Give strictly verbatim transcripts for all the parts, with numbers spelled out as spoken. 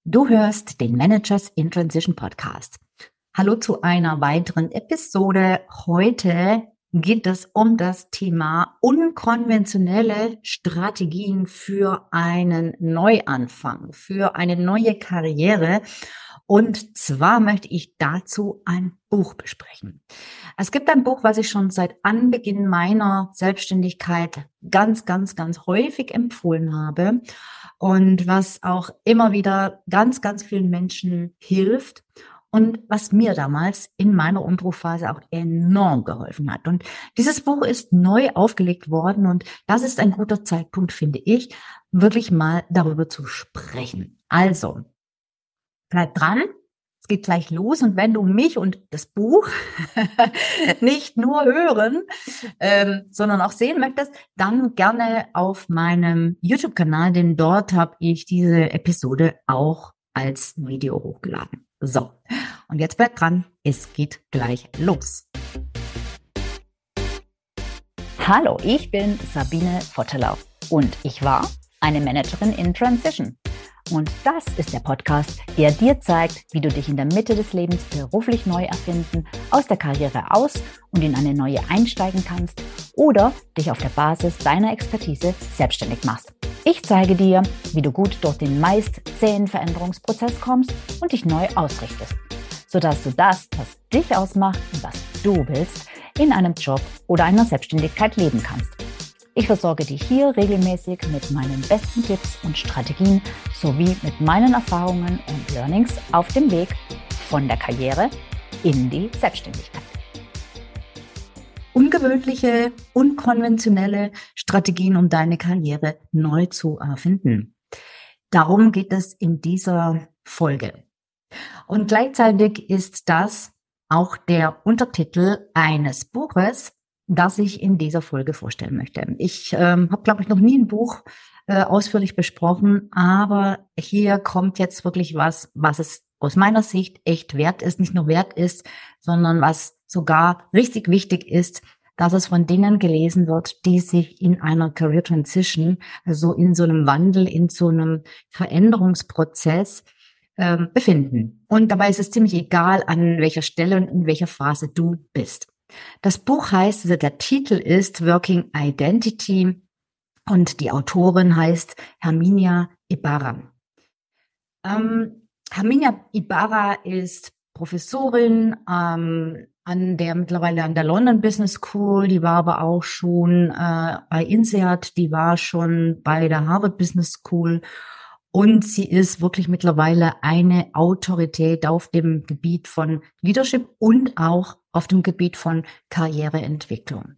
Du hörst den Managers in Transition Podcast. Hallo zu einer weiteren Episode. Heute geht es um das Thema unkonventionelle Strategien für einen Neuanfang, für eine neue Karriere. Und zwar möchte ich dazu ein Buch besprechen. Es gibt ein Buch, was ich schon seit Anbeginn meiner Selbstständigkeit ganz, ganz, ganz häufig empfohlen habe und was auch immer wieder ganz, ganz vielen Menschen hilft und was mir damals in meiner Umbruchphase auch enorm geholfen hat. Und dieses Buch ist neu aufgelegt worden und das ist ein guter Zeitpunkt, finde ich, wirklich mal darüber zu sprechen. Also, bleib dran. Es geht gleich los und wenn du mich und das Buch nicht nur hören, ähm, sondern auch sehen möchtest, dann gerne auf meinem YouTube-Kanal, denn dort habe ich diese Episode auch als Video hochgeladen. So, und jetzt bleib dran, es geht gleich los. Hallo, ich bin Sabine Vottelau und ich war eine Managerin in Transition. Und das ist der Podcast, der dir zeigt, wie du dich in der Mitte des Lebens beruflich neu erfinden, aus der Karriere aus und in eine neue einsteigen kannst oder dich auf der Basis deiner Expertise selbstständig machst. Ich zeige dir, wie du gut durch den meist zähen Veränderungsprozess kommst und dich neu ausrichtest, sodass du das, was dich ausmacht und was du willst, in einem Job oder einer Selbstständigkeit leben kannst. Ich versorge dich hier regelmäßig mit meinen besten Tipps und Strategien sowie mit meinen Erfahrungen und Learnings auf dem Weg von der Karriere in die Selbstständigkeit. Ungewöhnliche, unkonventionelle Strategien, um deine Karriere neu zu erfinden. Darum geht es in dieser Folge. Und gleichzeitig ist das auch der Untertitel eines Buches, das ich in dieser Folge vorstellen möchte. Ich ähm, habe, glaube ich, noch nie ein Buch äh, ausführlich besprochen, aber hier kommt jetzt wirklich was, was es aus meiner Sicht echt wert ist, nicht nur wert ist, sondern was sogar richtig wichtig ist, dass es von denen gelesen wird, die sich in einer Career Transition, also in so einem Wandel, in so einem Veränderungsprozess äh, befinden. Und dabei ist es ziemlich egal, an welcher Stelle und in welcher Phase du bist. Das Buch heißt, also der Titel ist Working Identity und die Autorin heißt Herminia Ibarra. Ähm, Herminia Ibarra ist Professorin ähm, an der mittlerweile an der London Business School, die war aber auch schon äh, bei INSEAD, die war schon bei der Harvard Business School. Und sie ist wirklich mittlerweile eine Autorität auf dem Gebiet von Leadership und auch auf dem Gebiet von Karriereentwicklung.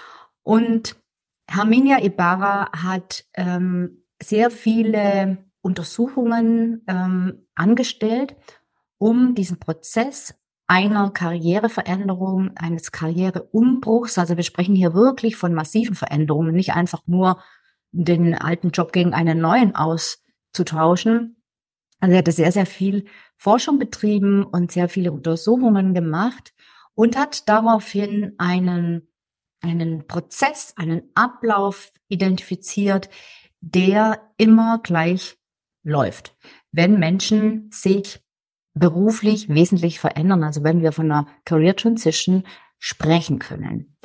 Und Herminia Ibarra hat ähm, sehr viele Untersuchungen ähm, angestellt, um diesen Prozess einer Karriereveränderung, eines Karriereumbruchs, also wir sprechen hier wirklich von massiven Veränderungen, nicht einfach nur den alten Job gegen einen neuen aus zu tauschen. Also er hatte sehr, sehr viel Forschung betrieben und sehr viele Untersuchungen gemacht und hat daraufhin einen, einen Prozess, einen Ablauf identifiziert, der immer gleich läuft, wenn Menschen sich beruflich wesentlich verändern, also wenn wir von einer Career Transition sprechen können.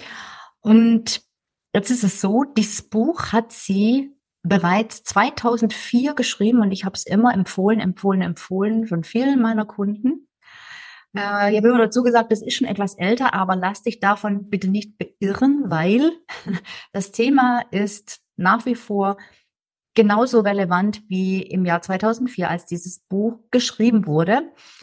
Und jetzt ist es so, dieses Buch hat sie bereits zweitausendvier geschrieben und ich habe es immer empfohlen, empfohlen, empfohlen von vielen meiner Kunden. Äh, ich habe immer dazu gesagt, das ist schon etwas älter, aber lass dich davon bitte nicht beirren, weil das Thema ist nach wie vor genauso relevant wie im Jahr zweitausendvier, als dieses Buch geschrieben wurde.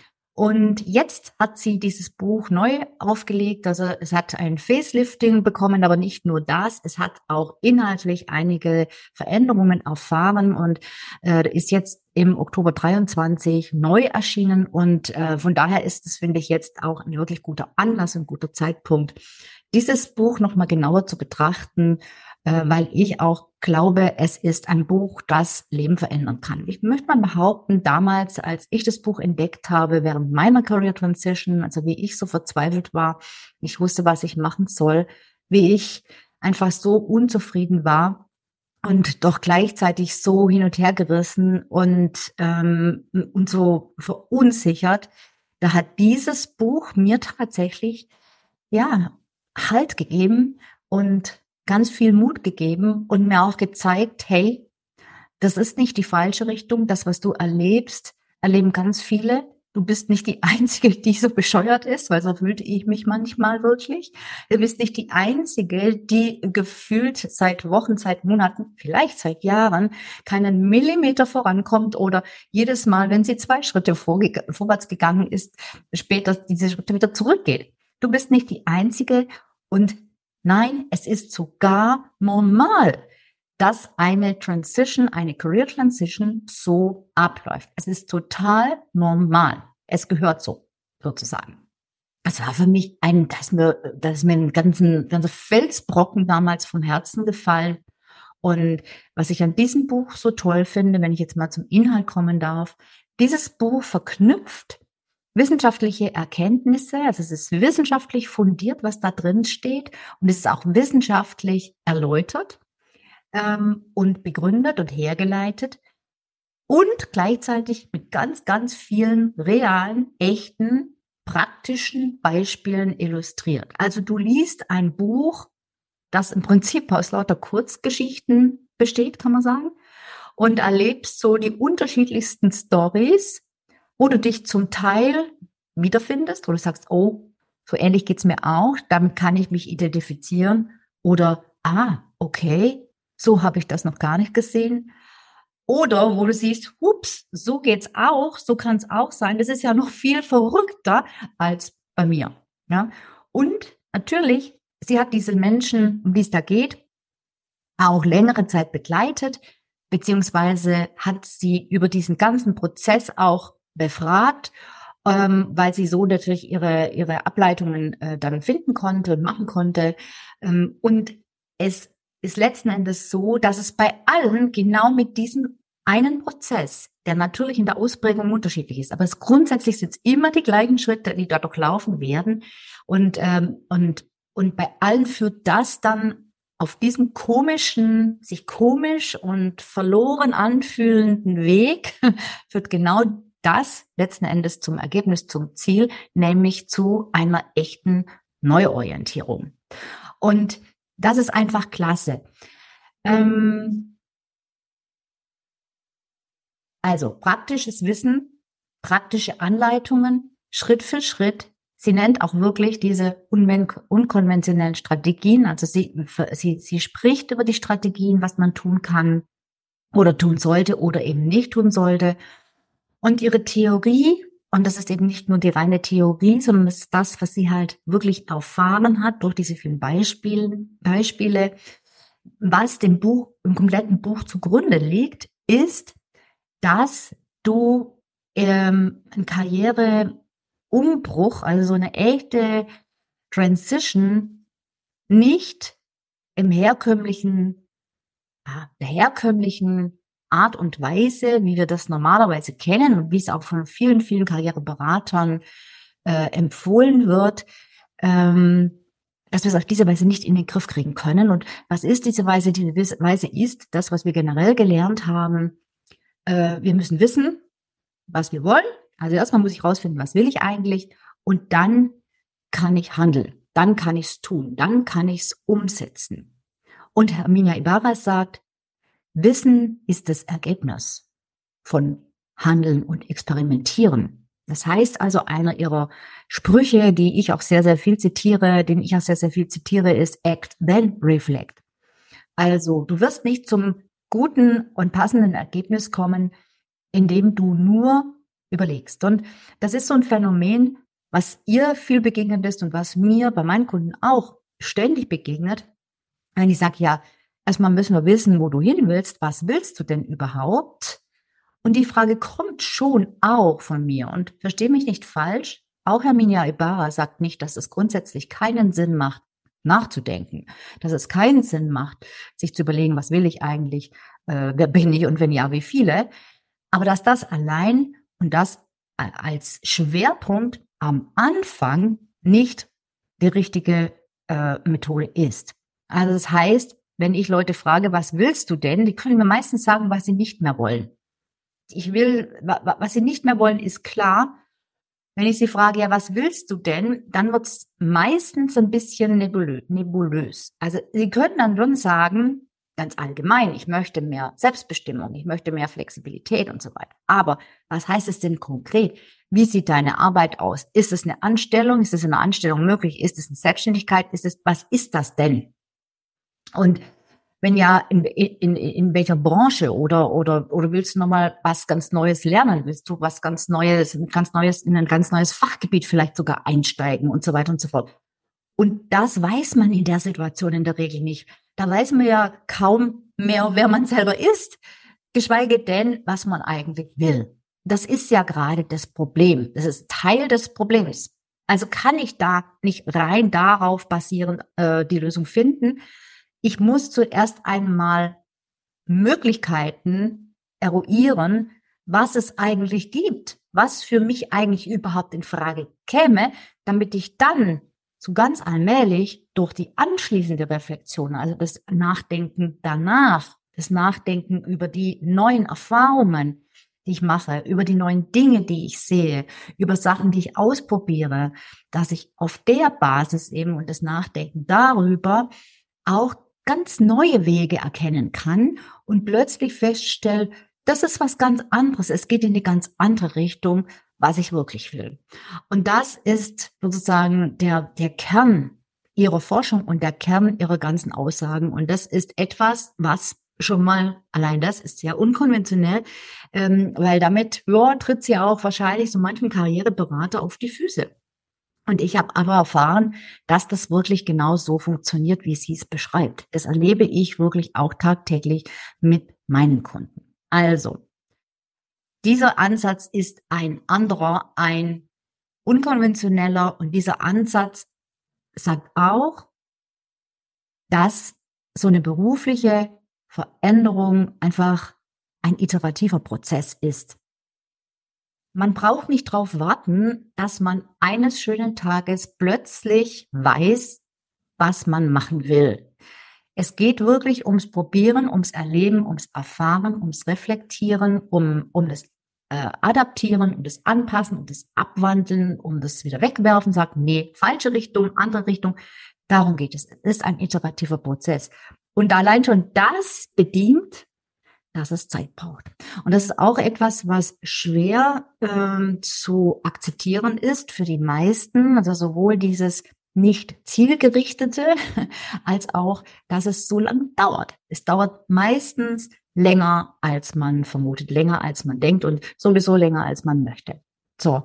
Und jetzt hat sie dieses Buch neu aufgelegt. Also es hat ein Facelifting bekommen, aber nicht nur das. Es hat auch inhaltlich einige Veränderungen erfahren und äh, ist jetzt im Oktober dreiundzwanzig neu erschienen. Und äh, von daher ist es, finde ich, jetzt auch ein wirklich guter Anlass und guter Zeitpunkt, dieses Buch nochmal genauer zu betrachten, äh, weil ich auch glaube, es ist ein Buch, das Leben verändern kann. Ich möchte mal behaupten, damals, als ich das Buch entdeckt habe, während meiner Career Transition, also wie ich so verzweifelt war, ich wusste, was ich machen soll, wie ich einfach so unzufrieden war, und doch gleichzeitig so hin und her gerissen und, ähm, und so verunsichert. Da hat dieses Buch mir tatsächlich, ja, Halt gegeben und ganz viel Mut gegeben und mir auch gezeigt, hey, das ist nicht die falsche Richtung. Das, was du erlebst, erleben ganz viele. Du bist nicht die Einzige, die so bescheuert ist, weil so fühlte ich mich manchmal wirklich. Du bist nicht die Einzige, die gefühlt seit Wochen, seit Monaten, vielleicht seit Jahren keinen Millimeter vorankommt oder jedes Mal, wenn sie zwei Schritte vorge- vorwärts gegangen ist, später diese Schritte wieder zurückgeht. Du bist nicht die Einzige und nein, es ist sogar normal, dass eine Transition, eine Career Transition so abläuft. Es ist total normal. Es gehört so, sozusagen. Das war für mich ein, das ist mir, das ist mir ein ganzen, ganzer Felsbrocken damals vom Herzen gefallen. Und was ich an diesem Buch so toll finde, wenn ich jetzt mal zum Inhalt kommen darf, dieses Buch verknüpft wissenschaftliche Erkenntnisse, also es ist wissenschaftlich fundiert, was da drin steht, und es ist auch wissenschaftlich erläutert ähm, und begründet und hergeleitet und gleichzeitig mit ganz, ganz vielen realen, echten, praktischen Beispielen illustriert. Also du liest ein Buch, das im Prinzip aus lauter Kurzgeschichten besteht, kann man sagen, und erlebst so die unterschiedlichsten Stories, wo du dich zum Teil wiederfindest, wo du sagst, oh, so ähnlich geht's mir auch, damit kann ich mich identifizieren, oder ah, okay, so habe ich das noch gar nicht gesehen. Oder wo du siehst, ups, so geht's auch, so kann es auch sein. Das ist ja noch viel verrückter als bei mir. Ja? Und natürlich, sie hat diese Menschen, um die es da geht, auch längere Zeit begleitet, beziehungsweise hat sie über diesen ganzen Prozess auch befragt, ähm, weil sie so natürlich ihre, ihre Ableitungen äh, dann finden konnte und machen konnte. Ähm, und es ist letzten Endes so, dass es bei allen genau mit diesem einen Prozess, der natürlich in der Ausprägung unterschiedlich ist, aber es grundsätzlich sind es immer die gleichen Schritte, die da durchlaufen werden. Und, ähm, und, und bei allen führt das dann auf diesem komischen, sich komisch und verloren anfühlenden Weg, führt genau das letzten Endes zum Ergebnis, zum Ziel, nämlich zu einer echten Neuorientierung. Und das ist einfach klasse. Ähm, also praktisches Wissen, praktische Anleitungen, Schritt für Schritt. Sie nennt auch wirklich diese unkonventionellen Strategien. Also sie, sie, sie spricht über die Strategien, was man tun kann oder tun sollte oder eben nicht tun sollte. Und ihre Theorie, und das ist eben nicht nur die reine Theorie, sondern das ist das, was sie halt wirklich erfahren hat durch diese vielen Beispiele, Beispiele, was dem Buch, im kompletten Buch zugrunde liegt, ist, dass du ähm, ein Karriereumbruch, also so eine echte Transition, nicht im herkömmlichen, ja, der herkömmlichen Art und Weise, wie wir das normalerweise kennen und wie es auch von vielen, vielen Karriereberatern äh, empfohlen wird, ähm, dass wir es auf diese Weise nicht in den Griff kriegen können. Und was ist diese Weise? Diese Weise ist das, was wir generell gelernt haben. Äh, wir müssen wissen, was wir wollen. Also erstmal muss ich rausfinden, was will ich eigentlich? Und dann kann ich handeln. Dann kann ich es tun. Dann kann ich es umsetzen. Und Herminia Ibarra sagt, Wissen ist das Ergebnis von Handeln und Experimentieren. Das heißt also, einer ihrer Sprüche, die ich auch sehr, sehr viel zitiere, den ich auch sehr, sehr viel zitiere, ist Act, then reflect. Also, du wirst nicht zum guten und passenden Ergebnis kommen, indem du nur überlegst. Und das ist so ein Phänomen, was ihr viel begegnet ist und was mir bei meinen Kunden auch ständig begegnet. Wenn ich sage, ja, erstmal müssen wir wissen, wo du hin willst. Was willst du denn überhaupt? Und die Frage kommt schon auch von mir. Und verstehe mich nicht falsch. Auch Herminia Ibarra sagt nicht, dass es grundsätzlich keinen Sinn macht, nachzudenken. Dass es keinen Sinn macht, sich zu überlegen, was will ich eigentlich? Äh, wer bin ich? Und wenn ja, wie viele? Aber dass das allein und das als Schwerpunkt am Anfang nicht die richtige äh, Methode ist. Also das heißt, wenn ich Leute frage, was willst du denn? Die können mir meistens sagen, was sie nicht mehr wollen. Ich will, was sie nicht mehr wollen, ist klar. Wenn ich sie frage, ja, was willst du denn? Dann wird es meistens ein bisschen nebulös. Also sie können dann schon sagen, ganz allgemein, ich möchte mehr Selbstbestimmung, ich möchte mehr Flexibilität und so weiter. Aber was heißt es denn konkret? Wie sieht deine Arbeit aus? Ist es eine Anstellung? Ist es in einer Anstellung möglich? Ist es eine Selbstständigkeit? Ist es, was ist das denn? Und wenn ja, in, in, in welcher Branche oder, oder, oder willst du nochmal was ganz Neues lernen? Willst du was ganz Neues, ganz Neues, in ein ganz neues Fachgebiet vielleicht sogar einsteigen und so weiter und so fort? Und das weiß man in der Situation in der Regel nicht. Da weiß man ja kaum mehr, wer man selber ist, geschweige denn, was man eigentlich will. Das ist ja gerade das Problem. Das ist Teil des Problems. Also kann ich da nicht rein darauf basierend äh, die Lösung finden. Ich muss zuerst einmal Möglichkeiten eruieren, was es eigentlich gibt, was für mich eigentlich überhaupt in Frage käme, damit ich dann so ganz allmählich durch die anschließende Reflexion, also das Nachdenken danach, das Nachdenken über die neuen Erfahrungen, die ich mache, über die neuen Dinge, die ich sehe, über Sachen, die ich ausprobiere, dass ich auf der Basis eben und das Nachdenken darüber auch ganz neue Wege erkennen kann und plötzlich feststelle, das ist was ganz anderes. Es geht in eine ganz andere Richtung, was ich wirklich will. Und das ist sozusagen der, der Kern ihrer Forschung und der Kern ihrer ganzen Aussagen. Und das ist etwas, was schon mal, allein das ist sehr unkonventionell, ähm, weil damit ja, tritt sie auch wahrscheinlich so manchem Karriereberater auf die Füße. Und ich habe aber erfahren, dass das wirklich genau so funktioniert, wie sie es beschreibt. Das erlebe ich wirklich auch tagtäglich mit meinen Kunden. Also, dieser Ansatz ist ein anderer, ein unkonventioneller, und dieser Ansatz sagt auch, dass so eine berufliche Veränderung einfach ein iterativer Prozess ist. Man braucht nicht darauf warten, dass man eines schönen Tages plötzlich weiß, was man machen will. Es geht wirklich ums Probieren, ums Erleben, ums Erfahren, ums Reflektieren, um, um das äh, Adaptieren, um das Anpassen, um das Abwandeln, um das wieder wegwerfen, sagt, nee, falsche Richtung, andere Richtung. Darum geht es. Es ist ein iterativer Prozess. Und allein schon das bedient, dass es Zeit braucht. Und das ist auch etwas, was schwer ähm, zu akzeptieren ist für die meisten. Also sowohl dieses nicht zielgerichtete, als auch, dass es so lange dauert. Es dauert meistens länger, als man vermutet, länger, als man denkt und sowieso länger, als man möchte. So,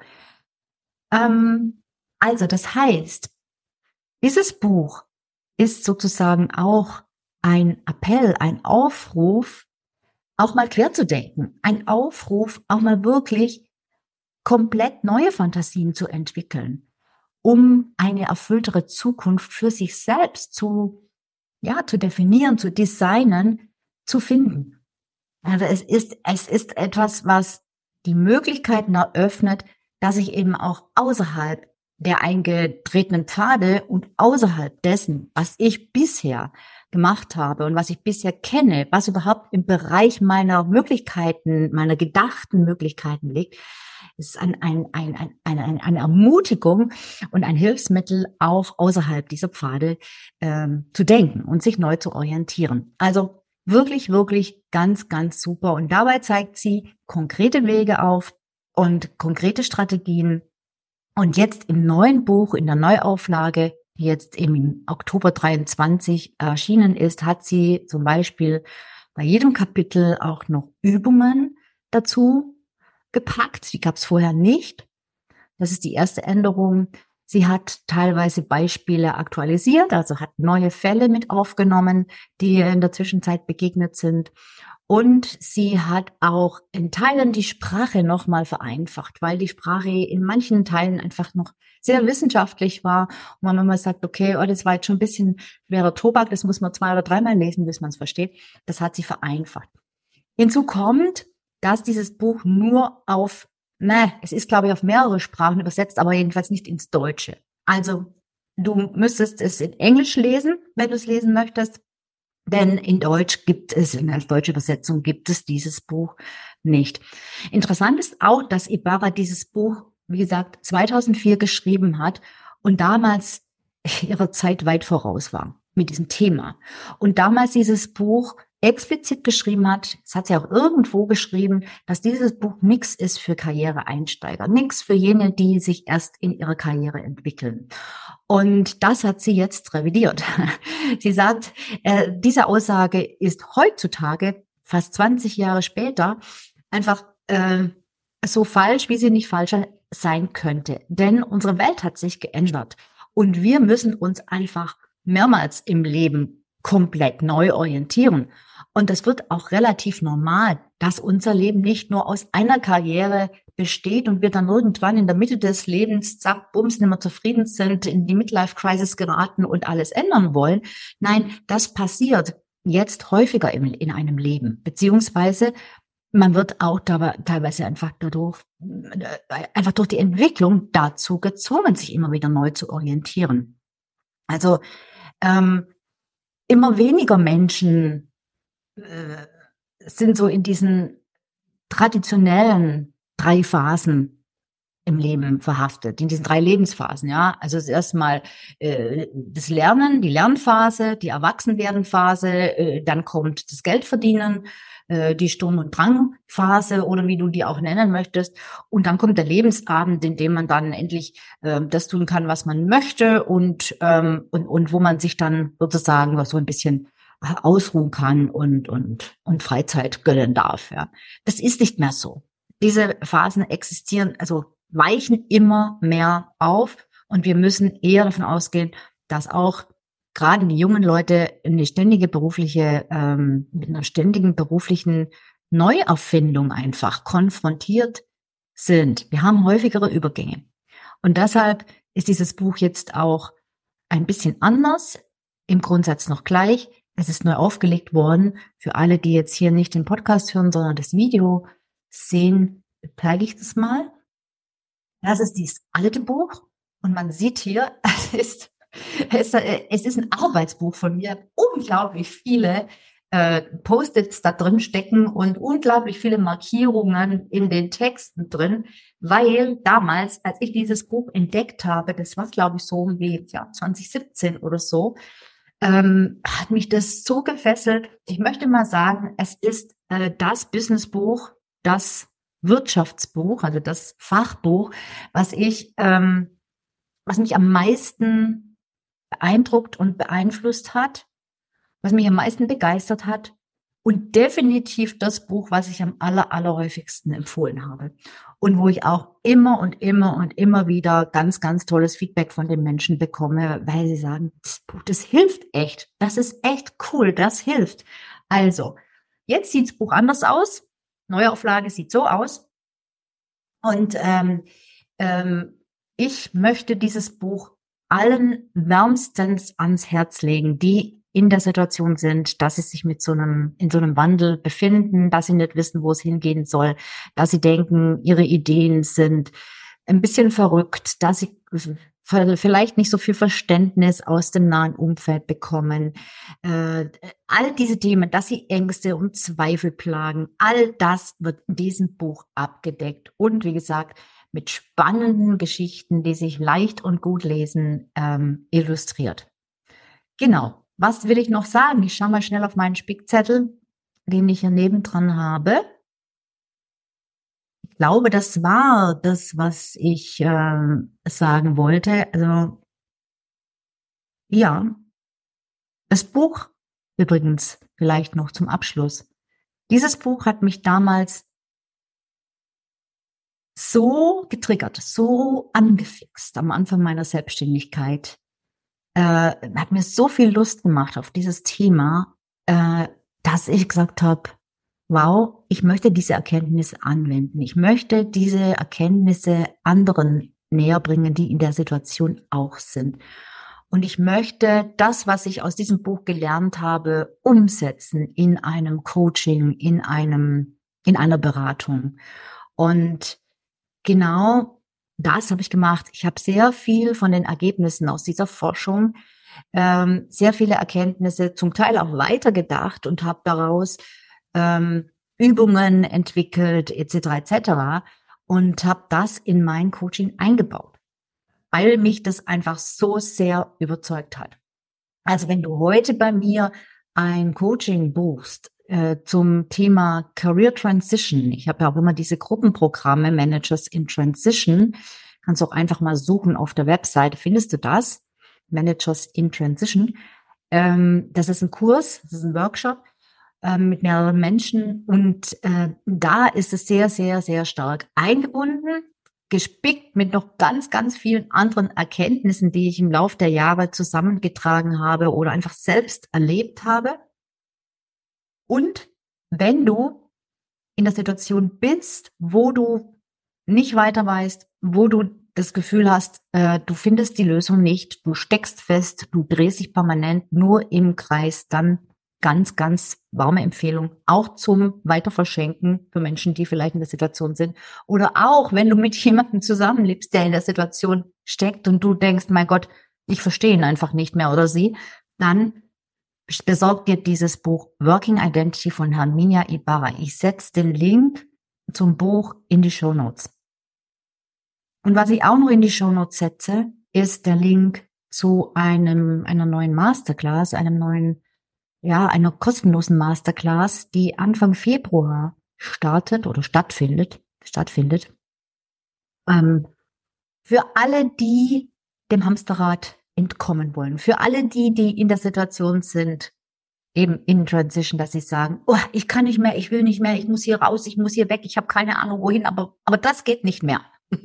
ähm, also das heißt, dieses Buch ist sozusagen auch ein Appell, ein Aufruf, auch mal quer zu denken, ein Aufruf, auch mal wirklich komplett neue Fantasien zu entwickeln, um eine erfülltere Zukunft für sich selbst zu, ja, zu definieren, zu designen, zu finden. Also es ist, es ist etwas, was die Möglichkeiten eröffnet, dass ich eben auch außerhalb der eingetretenen Pfade und außerhalb dessen, was ich bisher gemacht habe und was ich bisher kenne, was überhaupt im Bereich meiner Möglichkeiten, meiner gedachten Möglichkeiten liegt, ist ein, ein, ein, ein, eine, eine Ermutigung und ein Hilfsmittel, auch außerhalb dieser Pfade ähm, zu denken und sich neu zu orientieren. Also wirklich, wirklich ganz, ganz super. Und dabei zeigt sie konkrete Wege auf und konkrete Strategien. Und jetzt im neuen Buch, in der Neuauflage, die jetzt im Oktober dreiundzwanzig erschienen ist, hat sie zum Beispiel bei jedem Kapitel auch noch Übungen dazu gepackt. Die gab es vorher nicht. Das ist die erste Änderung. Sie hat teilweise Beispiele aktualisiert, also hat neue Fälle mit aufgenommen, die ihr in der Zwischenzeit begegnet sind. Und sie hat auch in Teilen die Sprache nochmal vereinfacht, weil die Sprache in manchen Teilen einfach noch sehr wissenschaftlich war. Und man immer sagt, okay, oh, das war jetzt schon ein bisschen schwerer Tobak, das muss man zwei oder dreimal lesen, bis man es versteht. Das hat sie vereinfacht. Hinzu kommt, dass dieses Buch nur auf, ne, es ist, glaube ich, auf mehrere Sprachen übersetzt, aber jedenfalls nicht ins Deutsche. Also du müsstest es in Englisch lesen, wenn du es lesen möchtest. Denn in Deutsch gibt es, in der deutschen Übersetzung gibt es dieses Buch nicht. Interessant ist auch, dass Ibarra dieses Buch, wie gesagt, zweitausendvier geschrieben hat und damals ihrer Zeit weit voraus war mit diesem Thema. Und damals dieses Buch explizit geschrieben hat, es hat sie auch irgendwo geschrieben, dass dieses Buch nichts ist für Karriereeinsteiger, nichts für jene, die sich erst in ihrer Karriere entwickeln. Und das hat sie jetzt revidiert. Sie sagt, äh, diese Aussage ist heutzutage, fast zwanzig Jahre später, einfach äh, so falsch, wie sie nicht falscher sein könnte. Denn unsere Welt hat sich geändert. Und wir müssen uns einfach mehrmals im Leben komplett neu orientieren. Und das wird auch relativ normal, dass unser Leben nicht nur aus einer Karriere besteht und wir dann irgendwann in der Mitte des Lebens, zack, bums, nicht mehr zufrieden sind, in die Midlife-Crisis geraten und alles ändern wollen. Nein, das passiert jetzt häufiger in, in einem Leben, beziehungsweise man wird auch dabei, teilweise einfach dadurch, einfach durch die Entwicklung dazu gezwungen, sich immer wieder neu zu orientieren. Also ähm, immer weniger Menschen äh, sind so in diesen traditionellen drei Phasen im Leben verhaftet, in diesen drei Lebensphasen, ja. Also es ist erstmal äh, das Lernen, die Lernphase, die Erwachsenwerdenphase, äh, dann kommt das Geldverdienen, äh, die Sturm- und Drangphase oder wie du die auch nennen möchtest. Und dann kommt der Lebensabend, in dem man dann endlich äh, das tun kann, was man möchte und, ähm, und, und wo man sich dann sozusagen so ein bisschen ausruhen kann und, und, und Freizeit gönnen darf, ja. Das ist nicht mehr so. Diese Phasen existieren, also weichen immer mehr auf und wir müssen eher davon ausgehen, dass auch gerade die jungen Leute eine ständige berufliche, ähm, mit einer ständigen beruflichen Neuerfindung einfach konfrontiert sind. Wir haben häufigere Übergänge. Und deshalb ist dieses Buch jetzt auch ein bisschen anders, im Grundsatz noch gleich. Es ist neu aufgelegt worden. Für alle, die jetzt hier nicht den Podcast hören, sondern das Video sehen, zeige ich das mal. Das ist dieses alte Buch und man sieht hier, es ist, es, es ist ein Arbeitsbuch von mir, unglaublich viele äh, Post-its da drin stecken und unglaublich viele Markierungen in den Texten drin, weil damals, als ich dieses Buch entdeckt habe, das war glaube ich so wie ja, zwanzig siebzehn oder so, ähm, hat mich das so gefesselt. Ich möchte mal sagen, es ist äh, das Businessbuch, das Wirtschaftsbuch, also das Fachbuch, was ich, ähm, was mich am meisten beeindruckt und beeinflusst hat, was mich am meisten begeistert hat und definitiv das Buch, was ich am aller, allerhäufigsten empfohlen habe und wo ich auch immer und immer und immer wieder ganz, ganz tolles Feedback von den Menschen bekomme, weil sie sagen, das Buch, das hilft echt, das ist echt cool, das hilft. Also, jetzt sieht das Buch anders aus. Neuauflage sieht so aus. Und ähm, ähm, ich möchte dieses Buch allen wärmstens ans Herz legen, die in der Situation sind, dass sie sich mit so einem, in so einem Wandel befinden, dass sie nicht wissen, wo es hingehen soll, dass sie denken, ihre Ideen sind ein bisschen verrückt, dass sie vielleicht nicht so viel Verständnis aus dem nahen Umfeld bekommen. Äh, all diese Themen, dass sie Ängste und Zweifel plagen, all das wird in diesem Buch abgedeckt. Und wie gesagt, mit spannenden Geschichten, die sich leicht und gut lesen, ähm, illustriert. Genau. Was will ich noch sagen? Ich schaue mal schnell auf meinen Spickzettel, den ich hier nebendran habe. Ich glaube, das war das, was ich äh, sagen wollte. Also ja, das Buch übrigens vielleicht noch zum Abschluss. Dieses Buch hat mich damals so getriggert, so angefixt am Anfang meiner Selbstständigkeit. Äh, hat mir so viel Lust gemacht auf dieses Thema, äh, dass ich gesagt habe, wow, ich möchte diese Erkenntnisse anwenden. Ich möchte diese Erkenntnisse anderen näher bringen, die in der Situation auch sind. Und ich möchte das, was ich aus diesem Buch gelernt habe, umsetzen in einem Coaching, in einem, in einer Beratung. Und genau das habe ich gemacht. Ich habe sehr viel von den Ergebnissen aus dieser Forschung ähm, sehr viele Erkenntnisse, zum Teil auch weitergedacht und habe daraus ähm, Übungen entwickelt, et cetera et cetera und habe das in mein Coaching eingebaut, weil mich das einfach so sehr überzeugt hat. Also wenn du heute bei mir ein Coaching buchst äh, zum Thema Career Transition, ich habe ja auch immer diese Gruppenprogramme Managers in Transition, kannst auch einfach mal suchen auf der Webseite, findest du das, Managers in Transition. Ähm, das ist ein Kurs, das ist ein Workshop äh, mit mehreren Menschen und äh, da ist es sehr, sehr, sehr stark eingebunden, gespickt mit noch ganz, ganz vielen anderen Erkenntnissen, die ich im Laufe der Jahre zusammengetragen habe oder einfach selbst erlebt habe. Und wenn du in der Situation bist, wo du nicht weiter weißt, wo du das Gefühl hast, äh, du findest die Lösung nicht, du steckst fest, du drehst dich permanent nur im Kreis, dann ganz, ganz warme Empfehlung, auch zum Weiterverschenken für Menschen, die vielleicht in der Situation sind. Oder auch, wenn du mit jemandem zusammenlebst, der in der Situation steckt und du denkst, mein Gott, ich verstehe ihn einfach nicht mehr oder sie, dann besorg dir dieses Buch Working Identity von Herminia Ibarra. Ich setze den Link zum Buch in die Shownotes. Und was ich auch noch in die Shownotes setze, ist der Link zu einem einer neuen Masterclass, einem neuen ja, einer kostenlosen Masterclass, die Anfang Februar startet oder stattfindet, stattfindet. Ähm, für alle, die dem Hamsterrad entkommen wollen, für alle die, die in der Situation sind, eben in Transition, dass sie sagen, oh, ich kann nicht mehr, ich will nicht mehr, ich muss hier raus, ich muss hier weg, ich habe keine Ahnung wohin, aber, aber das geht nicht mehr.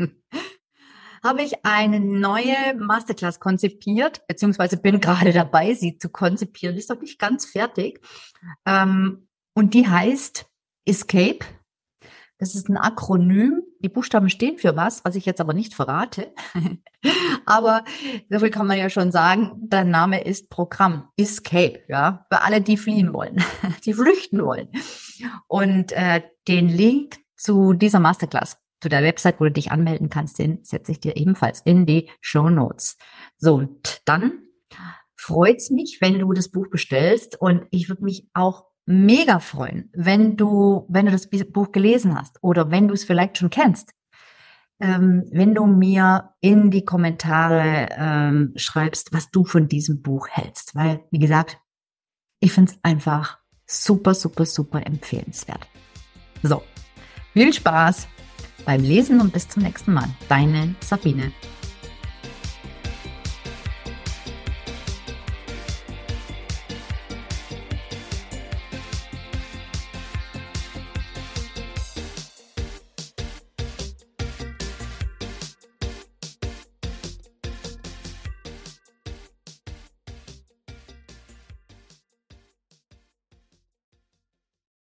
Habe ich eine neue Masterclass konzipiert, beziehungsweise bin gerade dabei, sie zu konzipieren, ist doch nicht ganz fertig. Ähm, und die heißt Escape. Das ist ein Akronym. Die Buchstaben stehen für was, was ich jetzt aber nicht verrate. Aber so viel kann man ja schon sagen. Der Name ist Programm. Escape, ja. Für alle, die fliehen wollen, die flüchten wollen. Und äh, den Link zu dieser Masterclass, zu der Website, wo du dich anmelden kannst, den setze ich dir ebenfalls in die Shownotes. So, und dann freut's mich, wenn du das Buch bestellst. Und ich würde mich auch mega freuen, wenn du, wenn du das Buch gelesen hast oder wenn du es vielleicht schon kennst, ähm, wenn du mir in die Kommentare ähm, schreibst, was du von diesem Buch hältst. Weil, wie gesagt, ich finde es einfach super, super, super empfehlenswert. So, viel Spaß beim Lesen und bis zum nächsten Mal. Deine Sabine.